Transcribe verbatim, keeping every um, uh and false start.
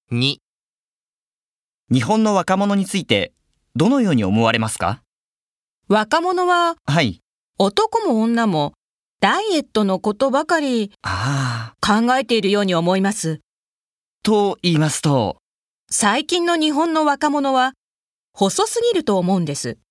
に、 日本の若者についてどのように思われますか？ 若者ははい。 男も女もダイエットのことばかりああ、 考えているように思います。 と言いますと、 最近の日本の若者は細すぎると思うんです。